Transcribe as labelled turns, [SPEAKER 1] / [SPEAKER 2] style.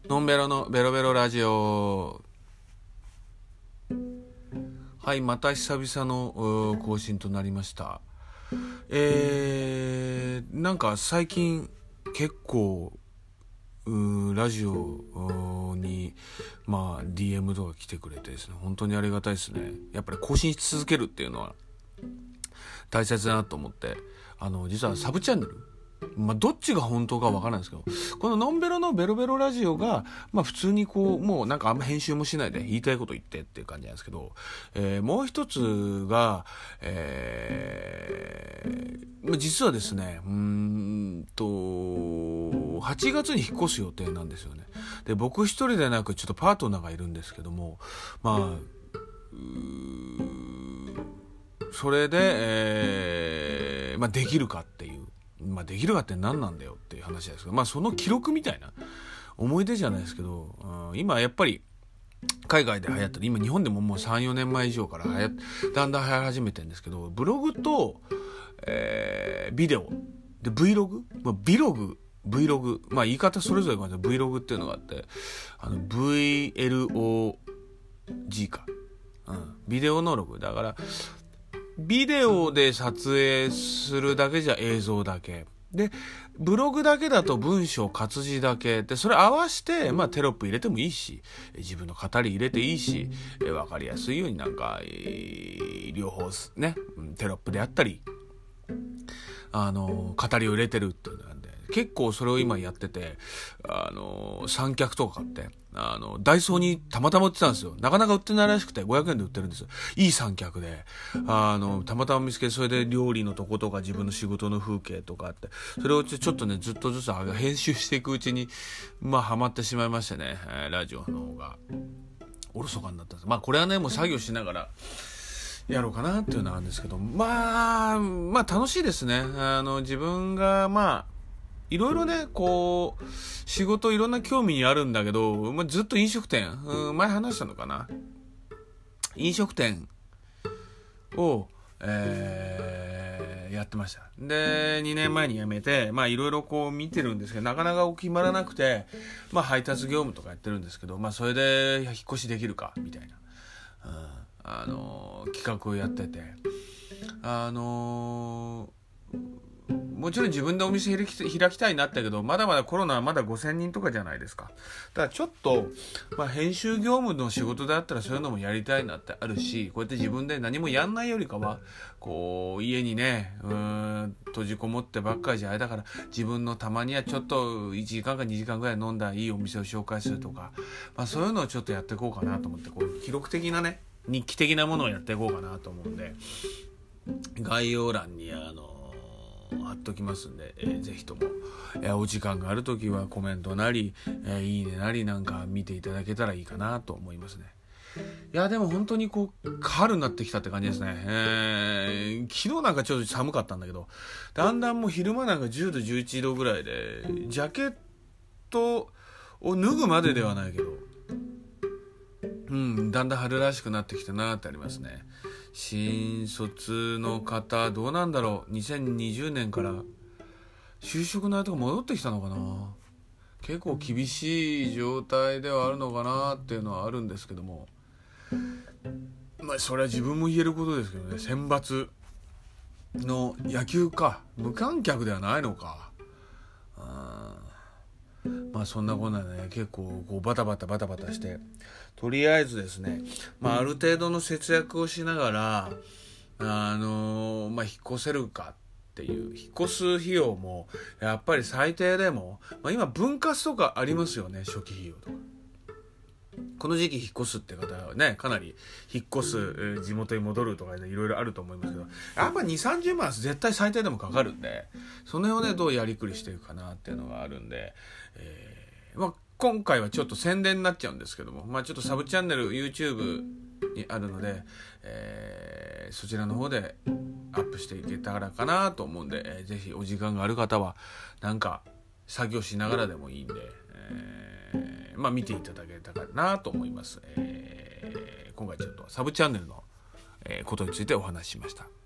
[SPEAKER 1] のんべろのベロベロラジオ。はい、また久々の更新となりました。なんか最近結構ラジオにDM とか来てくれてですね、本当にありがたいですね。やっぱり更新し続けるっていうのは大切だなと思って、実はサブチャンネル、どっちが本当かわからないんですけど、こののんべろのベロベロラジオが普通にもうなんかあんま編集もしないで言いたいこと言ってっていう感じなんですけど、もう一つが、実はですね、8月に引っ越す予定なんですよね。で、僕一人でなくちょっとパートナーがいるんですけども、それで、できるかっていう、できるかって何なんだよっていう話ですけど、その記録みたいな思い出じゃないですけど、今やっぱり海外で流行ってる、今日本でももう 3,4 年前以上からだんだん流行り始めてるんですけど、ブログと、ビデオで Vlog、Vlog、言い方それぞれが Vlog っていうのがあって、VLOG か、ビデオのログだから、ビデオで撮影するだけじゃ映像だけで、ブログだけだと文章活字だけで、それ合わせてテロップ入れてもいいし、自分の語り入れていいし、分かりやすいようになんか、両方ね、テロップであったり語りを入れてるっていうのなんで、結構それを今やってて、三脚とか買ってダイソーにたまたま売ってたんですよ。なかなか売ってないらしくて500円で売ってるんですよ。いい三脚でたまたま見つけて、それで料理のとことか自分の仕事の風景とかあって、それをちょっとねずっとずつ編集していくうちにハマってしまいましてね、ラジオの方がおろそかになったんです。これはねもう作業しながらやろうかなっていうのなんですけど、楽しいですね。自分がいろいろね仕事いろんな興味にあるんだけど、ずっと飲食店、前話したのかな、飲食店を、やってました。で2年前に辞めていろいろ見てるんですけど、なかなか決まらなくて、配達業務とかやってるんですけど、それで引っ越しできるかみたいな、企画をやってて、もちろん自分でお店開きたいなったけど、まだまだコロナはまだ5,000人とかじゃないですか。だからちょっと、編集業務の仕事であったらそういうのもやりたいなってあるし、こうやって自分で何もやんないよりかは家にね閉じこもってばっかりじゃあれだから、自分のたまにはちょっと1時間か2時間ぐらい飲んだいいお店を紹介するとか、そういうのをちょっとやっていこうかなと思って、記録的なね日記的なものをやっていこうかなと思うんで、概要欄に貼っときますんで、ぜひとも、お時間があるときはコメントなり、いいねなりなんか見ていただけたらいいかなと思いますね。いやでも本当に春になってきたって感じですね。昨日なんかちょっと寒かったんだけど、だんだんもう昼間なんか10度11度ぐらいで、ジャケットを脱ぐまでではないけど、だんだん春らしくなってきたなってありますね。新卒の方どうなんだろう。2020年から就職のとか戻ってきたのかな。結構厳しい状態ではあるのかなっていうのはあるんですけども、それは自分も言えることですけどね。選抜の野球か、無観客ではないのか。そんなこんなでね、結構バタバタして、とりあえずですね、ある程度の節約をしながら引っ越せるかっていう、引っ越す費用もやっぱり最低でも、今分割とかありますよね、初期費用とか。この時期引っ越すって方はね、かなり引っ越す、地元に戻るとかいろいろあると思いますけど、やっぱ 2,30 万絶対最低でもかかるんで、その辺をねどうやりくりしていくかなっていうのがあるんで、今回はちょっと宣伝になっちゃうんですけども、ちょっとサブチャンネル YouTube にあるので、そちらの方でアップしていけたらかなと思うんで、ぜひお時間がある方はなんか作業しながらでもいいんで、見ていただけたらなと思います。今回ちょっとサブチャンネルのことについてお話ししました。